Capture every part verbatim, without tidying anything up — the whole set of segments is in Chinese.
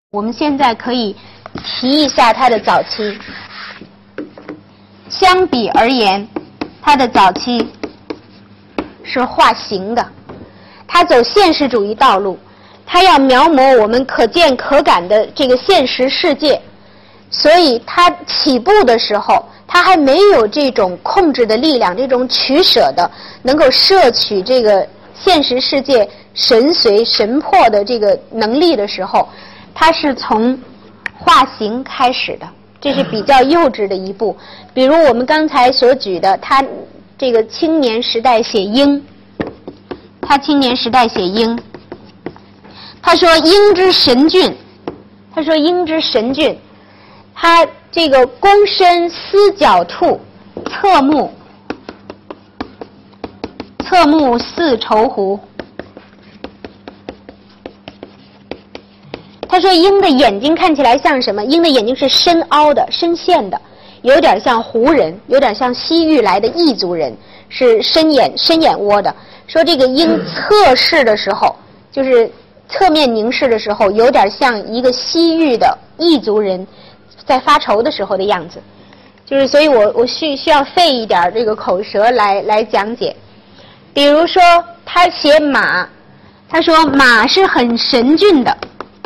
我们现在可以提一下它的早期。相比而言，它的早期是画形的，它走现实主义道路，它要描摹我们可见可感的这个现实世界，所以它起步的时候，它还没有这种控制的力量，这种取舍的，能够摄取这个现实世界神髓神魄的这个能力的时候，它是从画形开始的，这是比较幼稚的一步。比如我们刚才所举的，他这个青年时代写鹰，他青年时代写鹰，他说鹰之神俊，他说鹰之神俊，他这个躬身思狡兔，侧目侧目似愁狐。他说鹰的眼睛看起来像什么？鹰的眼睛是深凹的、深陷的，有点像胡人，有点像西域来的异族人，是深眼深眼窝的。说这个鹰侧视的时候，就是侧面凝视的时候，有点像一个西域的异族人在发愁的时候的样子。就是所以我我需需要费一点这个口舌来来讲解。比如说他写马，他说马是很神俊的，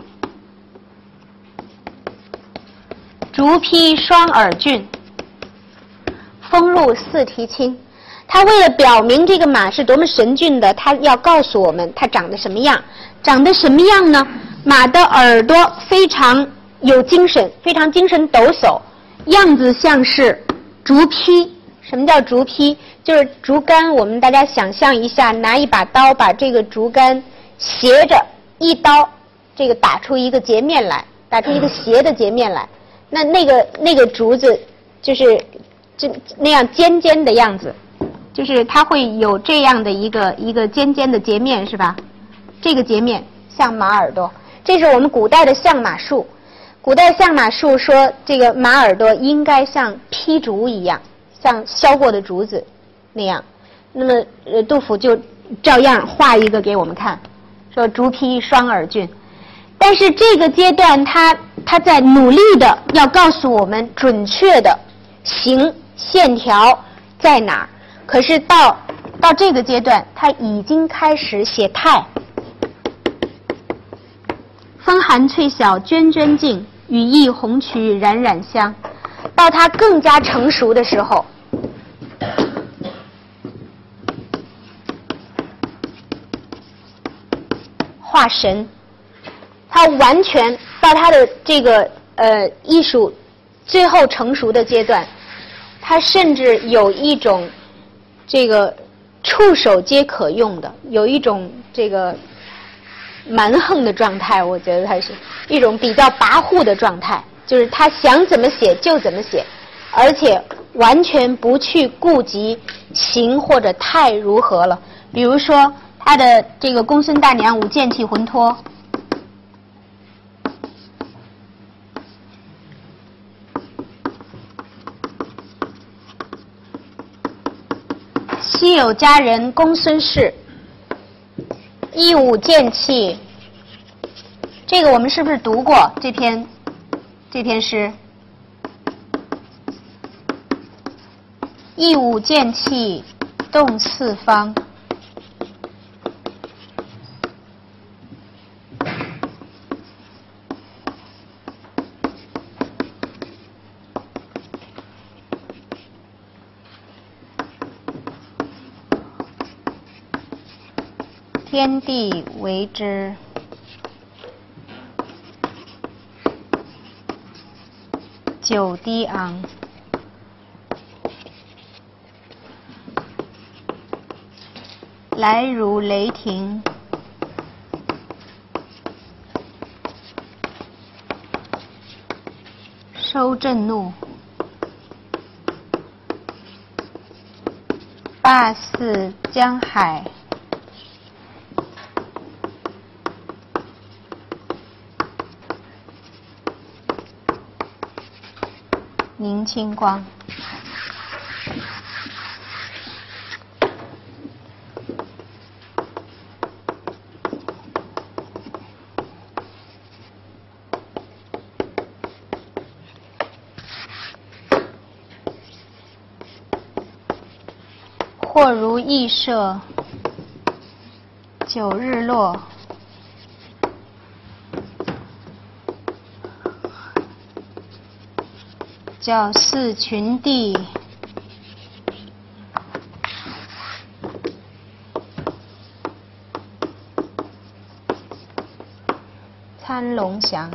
竹披双耳峻，风入四蹄轻。他为了表明这个马是多么神俊的，他要告诉我们它长得什么样。长得什么样呢？马的耳朵非常有精神，非常精神抖擞，样子像是竹披。什么叫竹披？就是竹竿，我们大家想象一下，拿一把刀把这个竹竿斜着一刀，这个打出一个截面来，打出一个斜的截面来。那那个那个竹子就是就那样尖尖的样子，就是它会有这样的一个一个尖尖的截面，是吧？这个截面像马耳朵，这是我们古代的相马术。古代相马术说这个马耳朵应该像劈竹一样，像削过的竹子那样。那么呃，杜甫就照样画一个给我们看，说竹披双耳峻。但是这个阶段他他在努力的要告诉我们准确的形线条在哪儿，可是到到这个阶段他已经开始写态。风寒翠晓涓涓净，羽翼红曲冉冉香。到他更加成熟的时候，画神，他完全到他的这个呃艺术最后成熟的阶段，他甚至有一种这个触手皆可用的，有一种这个蛮横的状态。我觉得他是一种比较跋扈的状态，就是他想怎么写就怎么写，而且完全不去顾及形或者态如何了。比如说他的这个公孙大娘舞剑气浑脱，昔有佳人公孙氏，一舞剑气。这个我们是不是读过这篇这篇诗？一舞剑气动四方，天地为之，九低昂。来如雷霆，收震怒。霸似江海，凝清光。 或如羿射九日落，较似群帝参龙翔。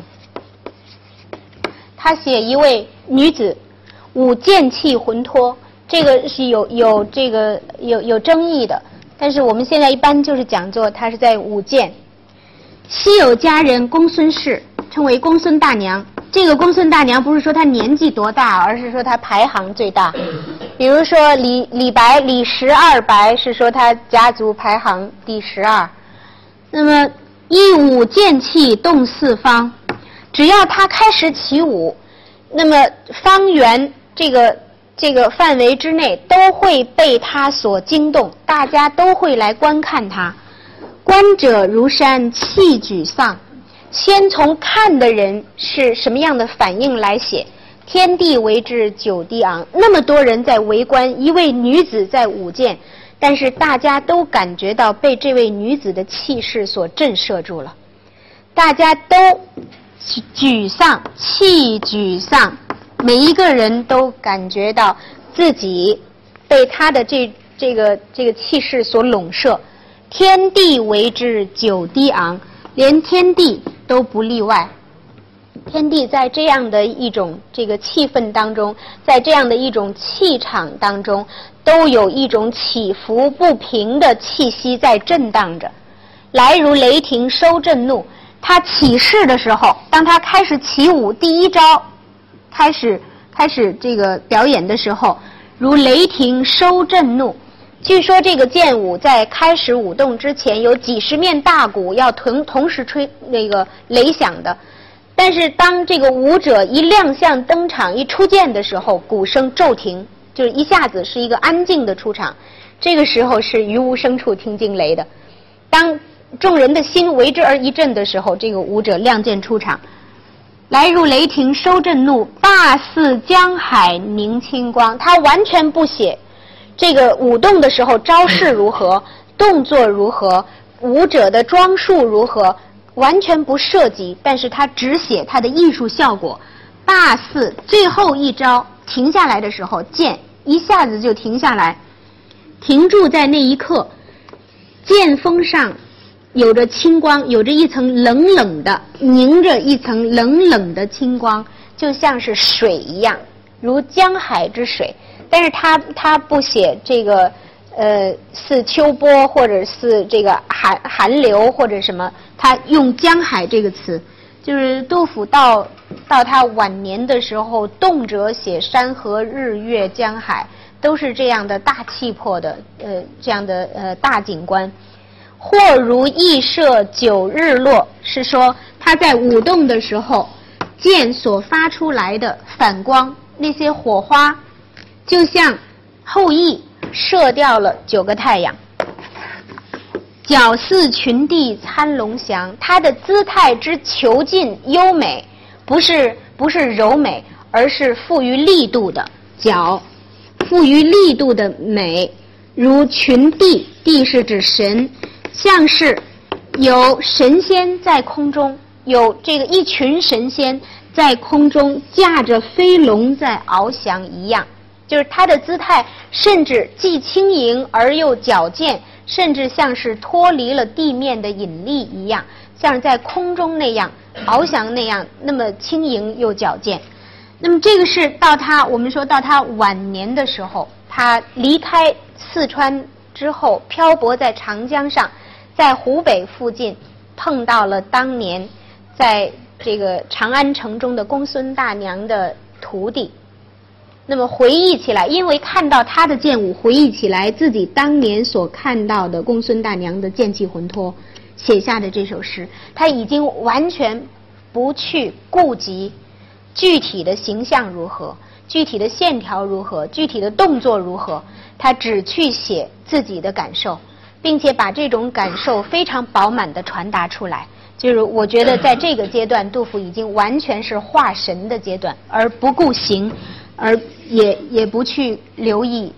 他写一位女子舞剑气浑脱，这个是有有这个有有争议的，但是我们现在一般就是讲作她是在舞剑。昔有佳人公孙氏，称为公孙大娘。这个公孙大娘不是说她年纪多大，而是说她排行最大。比如说李李白，李十二白是说他家族排行第十二。那么一舞剑气动四方，只要他开始起舞，那么方圆这个这个范围之内都会被他所惊动，大家都会来观看他。观者如山，气沮丧。先从看的人是什么样的反应来写，天地为之久低昂。那么多人在围观一位女子在舞剑，但是大家都感觉到被这位女子的气势所震慑住了，大家都沮丧，气沮丧，每一个人都感觉到自己被她的这这个这个气势所笼摄。天地为之久低昂，连天地都不例外。天地在这样的一种这个气氛当中，在这样的一种气场当中，都有一种起伏不平的气息在震荡着。来如雷霆收震怒，他起势的时候，当他开始起舞第一招开始开始这个表演的时候，如雷霆收震怒。据说这个剑舞在开始舞动之前，有几十面大鼓要同同时吹那个雷响的，但是当这个舞者一亮相登场一出剑的时候，鼓声骤停，就是一下子是一个安静的出场。这个时候是于无声处听惊雷的，当众人的心为之而一振的时候，这个舞者亮剑出场。来如雷霆收震怒，大似江海凝清光。他完全不写这个舞动的时候招式如何，动作如何，舞者的装束如何，完全不涉及，但是他只写他的艺术效果。大似最后一招停下来的时候，剑一下子就停下来，停住在那一刻，剑锋上有着清光，有着一层冷冷的凝着一层冷冷的清光，就像是水一样，如江海之水。但是他他不写这个呃似秋波或者似这个寒寒流或者什么，他用江海这个词。就是杜甫到到他晚年的时候，动辄写山河日月江海，都是这样的大气魄的呃这样的呃大景观。或如羿射九日落，是说他在舞动的时候，剑所发出来的反光，那些火花就像后羿射掉了九个太阳。矫似群帝参龙翔，他的姿态之遒劲优美，不是不是柔美，而是富于力度的矫，富于力度的美，如群帝，帝是指神，像是有神仙在空中，有这个一群神仙在空中驾着飞龙在翱翔一样。就是他的姿态甚至既轻盈而又矫健，甚至像是脱离了地面的引力一样，像是在空中那样翱翔那样，那么轻盈又矫健。那么这个是到他我们说到他晚年的时候，他离开四川之后，漂泊在长江上，在湖北附近碰到了当年在这个长安城中的公孙大娘的徒弟。那么回忆起来，因为看到他的剑舞，回忆起来自己当年所看到的公孙大娘的剑气浑脱，写下的这首诗。他已经完全不去顾及具体的形象如何，具体的线条如何，具体的动作如何，他只去写自己的感受，并且把这种感受非常饱满地传达出来。就是我觉得在这个阶段，杜甫已经完全是画神的阶段，而不顾形，而也也不去留意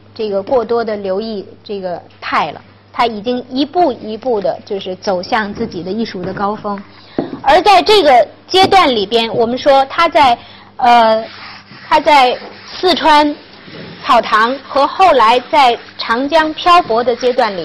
这个过多的留意这个泰了，他已经一步一步的就是走向自己的艺术的高峰。而在这个阶段里边，我们说他在呃他在四川草堂和后来在长江漂泊的阶段里，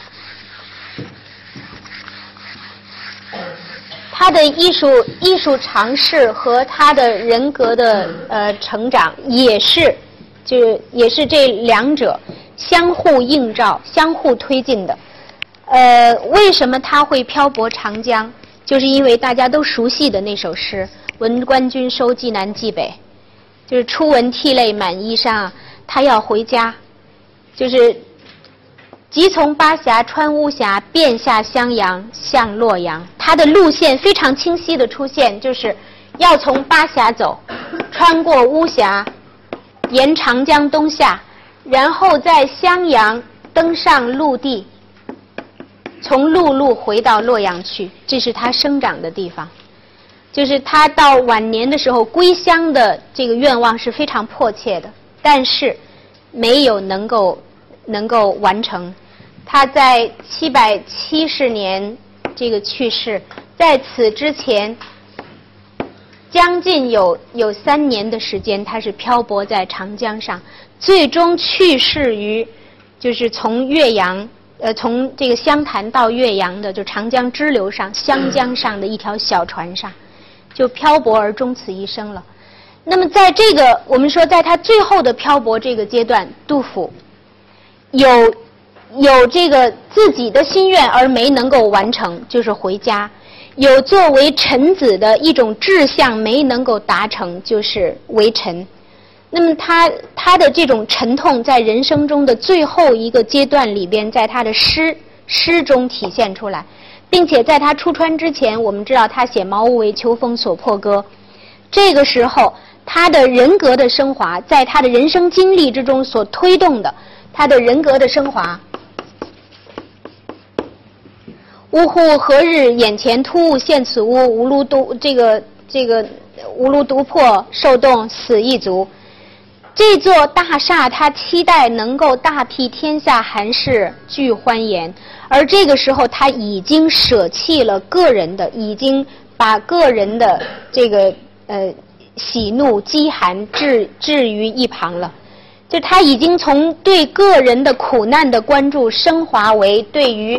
他的艺术艺术尝试和他的人格的呃成长也是，就也是这两者相互映照、相互推进的。呃，为什么他会漂泊长江？就是因为大家都熟悉的那首诗“闻官军收蓟南冀北”，就是初闻涕泪满衣裳，他要回家，就是即从巴峡穿巫峡，便下襄阳向洛阳。他的路线非常清晰的出现，就是要从巴峡走，穿过巫峡，沿长江东下，然后在襄阳登上陆地，从陆路回到洛阳去，这是他生长的地方。就是他到晚年的时候，归乡的这个愿望是非常迫切的，但是没有能够能够完成。他在七百七十年这个去世，在此之前将近有有三年的时间，他是漂泊在长江上，最终去世于就是从岳阳呃从这个湘潭到岳阳的就长江支流上湘江上的一条小船上，就漂泊而终此一生了。那么在这个我们说在他最后的漂泊这个阶段，杜甫有有这个自己的心愿而没能够完成，就是回家；有作为臣子的一种志向没能够达成，就是为臣。那么他他的这种沉痛在人生中的最后一个阶段里边，在他的诗诗中体现出来，并且在他出川之前，我们知道他写毛无为秋风所破歌，这个时候他的人格的升华，在他的人生经历之中所推动的他的人格的升华。呜呼！何日眼前突兀现此屋？吾庐独这个这个吾庐独破，受冻死亦足。这座大厦，他期待能够大庇天下寒士俱欢颜，而这个时候他已经舍弃了个人的，已经把个人的这个呃喜怒饥寒置置于一旁了。就他已经从对个人的苦难的关注升华为对于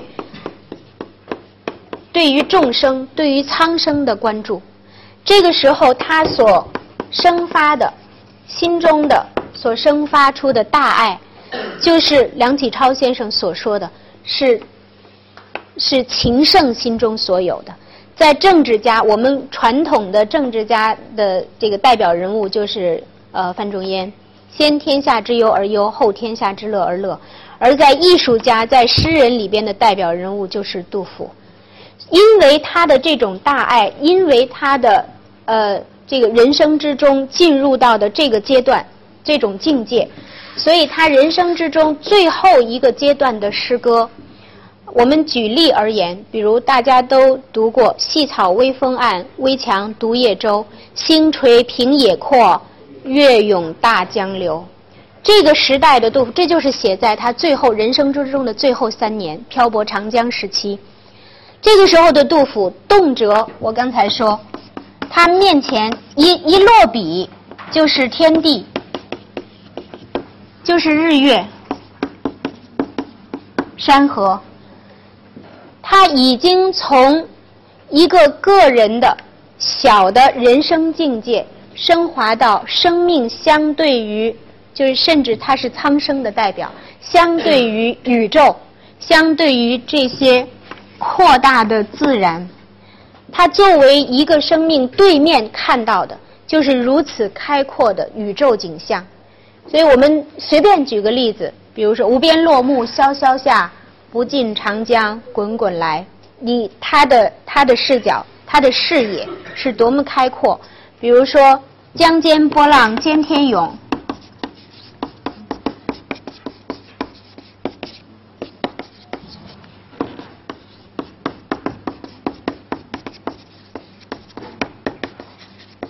对于众生、对于苍生的关注。这个时候他所生发的心中的所生发出的大爱，就是梁启超先生所说的是是情圣心中所有的。在政治家，我们传统的政治家的这个代表人物就是呃范仲淹，先天下之忧而忧，后天下之乐而乐。而在艺术家、在诗人里边的代表人物就是杜甫。因为他的这种大爱，因为他的呃这个人生之中进入到的这个阶段，这种境界，所以他人生之中最后一个阶段的诗歌，我们举例而言，比如大家都读过细草微风岸，危樯独夜舟，星垂平野阔，月涌大江流。这个时代的杜甫，这就是写在他最后人生之中的最后三年漂泊长江时期。这个时候的杜甫，动辄我刚才说他面前一一落笔就是天地，就是日月山河，他已经从一个个人的小的人生境界升华到生命相对于，就是甚至他是苍生的代表，相对于宇宙，相对于这些扩大的自然，它作为一个生命对面看到的就是如此开阔的宇宙景象。所以我们随便举个例子，比如说无边落木萧萧下，不尽长江滚滚来，你他的他的视角，他的视野是多么开阔。比如说江间波浪兼天涌，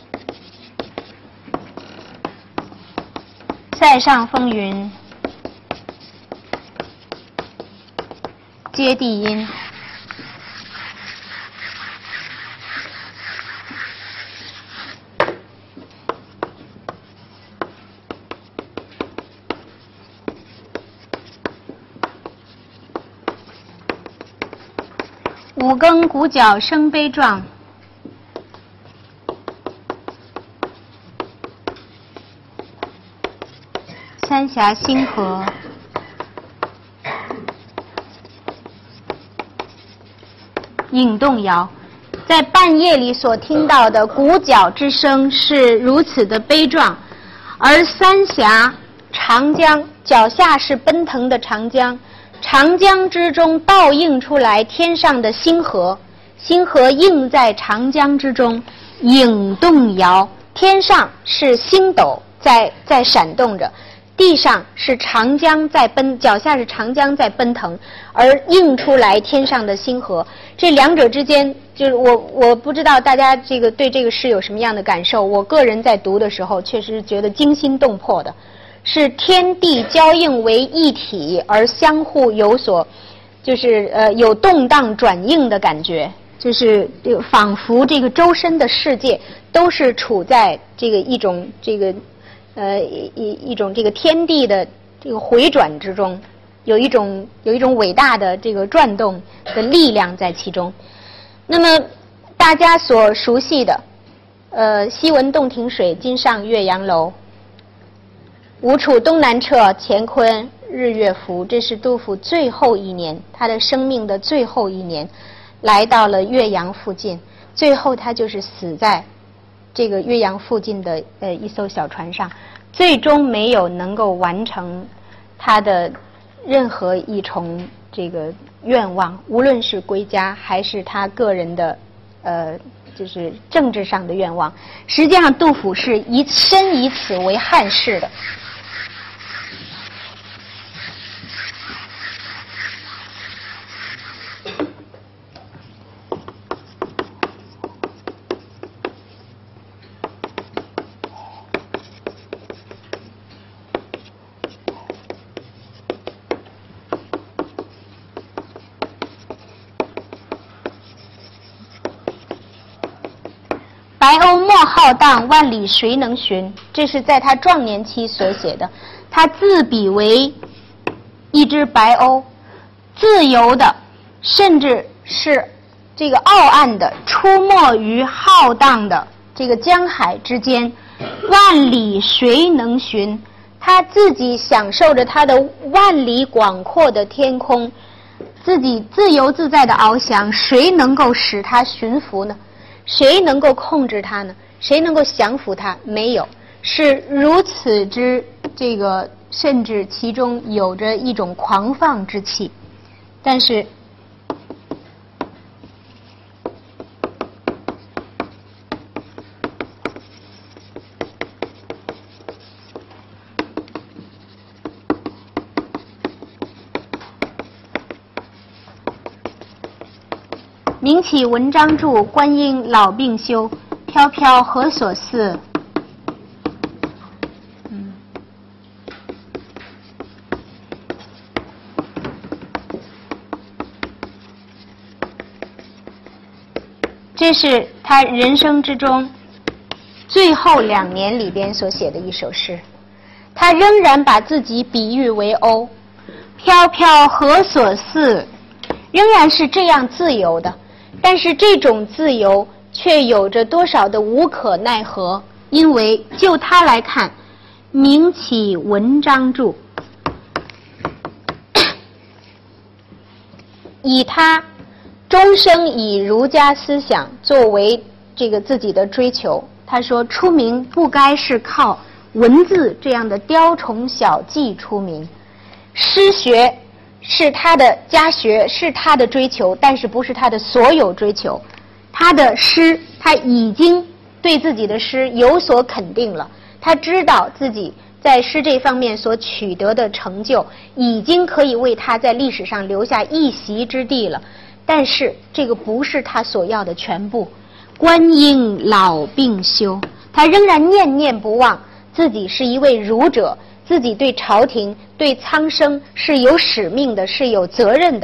塞上风云接地音。五更鼓角声悲壮，三峡星河，影动摇。在半夜里所听到的鼓角之声是如此的悲壮，而三峡、长江脚下是奔腾的长江。长江之中倒映出来天上的星河，星河映在长江之中，影动摇。天上是星斗在在闪动着，地上是长江在奔，脚下是长江在奔腾，而映出来天上的星河。这两者之间，就是我我不知道大家这个对这个诗有什么样的感受。我个人在读的时候，确实觉得惊心动魄的。是天地交映为一体，而相互有所，就是呃有动荡转应的感觉，就是仿佛这个周身的世界都是处在这个一种这个呃一一种这个天地的这个回转之中，有一种有一种伟大的这个转动的力量在其中。那么大家所熟悉的，呃，西闻洞庭水，今上岳阳楼。吴楚东南坼，乾坤日月浮。这是杜甫最后一年，他的生命的最后一年，来到了岳阳附近。最后他就是死在这个岳阳附近的呃一艘小船上，最终没有能够完成他的任何一重这个愿望，无论是归家还是他个人的呃就是政治上的愿望。实际上杜甫是以深以此为憾事的。白鸥莫浩荡，万里谁能寻？这是在他壮年期所写的。他自比为一只白鸥，自由的，甚至是这个傲岸的，出没于浩荡的这个江海之间。万里谁能寻？他自己享受着他的万里广阔的天空，自己自由自在的翱翔，谁能够使他驯服呢？谁能够控制它呢？谁能够降服它？没有，是如此之这个，甚至其中有着一种狂放之气。但是明启文章著，观音老病休。飘飘何所似？嗯，这是他人生之中最后两年里边所写的一首诗。他仍然把自己比喻为鸥，飘飘何所似，仍然是这样自由的。但是这种自由却有着多少的无可奈何，因为就他来看，明启文章著，以他终生以儒家思想作为这个自己的追求。他说出名不该是靠文字这样的雕虫小技出名，诗学是他的家学，是他的追求，但是不是他的所有追求。他的诗，他已经对自己的诗有所肯定了，他知道自己在诗这方面所取得的成就已经可以为他在历史上留下一席之地了，但是这个不是他所要的全部。观音老病休，他仍然念念不忘自己是一位儒者，自己对朝廷对苍生是有使命的，是有责任的。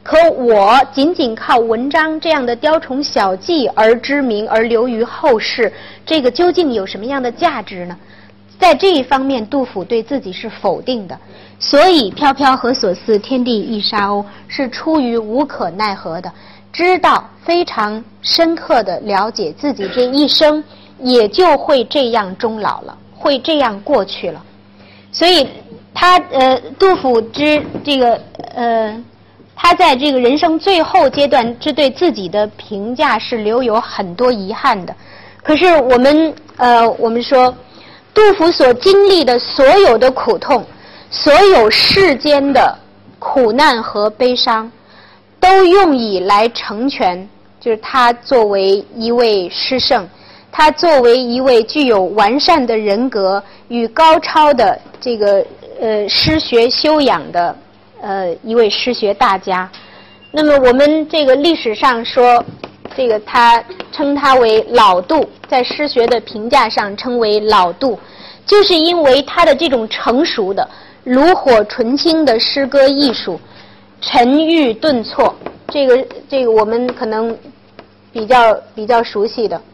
可我仅仅靠文章这样的雕虫小技而知名而流于后世，这个究竟有什么样的价值呢？在这一方面，杜甫对自己是否定的。所以飘飘何所似，天地一沙鸥，是出于无可奈何的，知道非常深刻的了解自己这一生也就会这样终老了，会这样过去了。所以他呃，杜甫之这个呃，他在这个人生最后阶段之对自己的评价是留有很多遗憾的。可是我们呃，我们说杜甫所经历的所有的苦痛，所有世间的苦难和悲伤，都用以来成全，就是他作为一位诗圣，他作为一位具有完善的人格与高超的这个呃诗学修养的呃一位诗学大家。那么我们这个历史上说，这个他称他为老杜，在诗学的评价上称为老杜，就是因为他的这种成熟的炉火纯青的诗歌艺术，沉郁顿挫，这个这个我们可能比较比较熟悉的。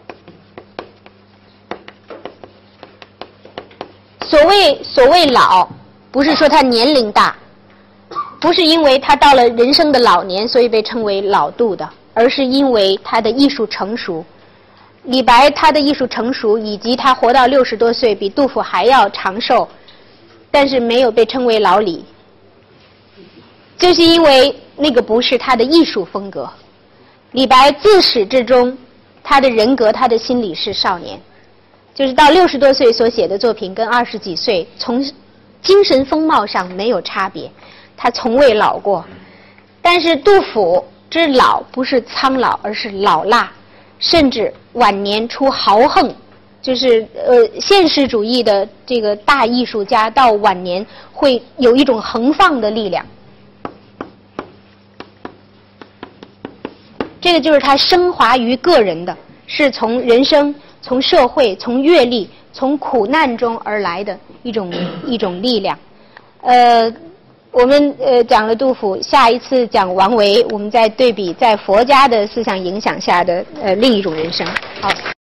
所谓所谓老，不是说他年龄大，不是因为他到了人生的老年所以被称为老杜的，而是因为他的艺术成熟。李白他的艺术成熟，以及他活到六十多岁，比杜甫还要长寿，但是没有被称为老李，就是因为那个不是他的艺术风格。李白自始至终，他的人格他的心理是少年，就是到六十多岁所写的作品跟二十几岁从精神风貌上没有差别，他从未老过。但是杜甫之老不是苍老，而是老辣，甚至晚年出豪横，就是呃现实主义的这个大艺术家到晚年会有一种横放的力量。这个就是他升华于个人的，是从人生、从社会、从阅历、从苦难中而来的一种一种力量。呃，我们呃讲了杜甫，下一次讲王维，我们再对比在佛家的思想影响下的呃另一种人生。好。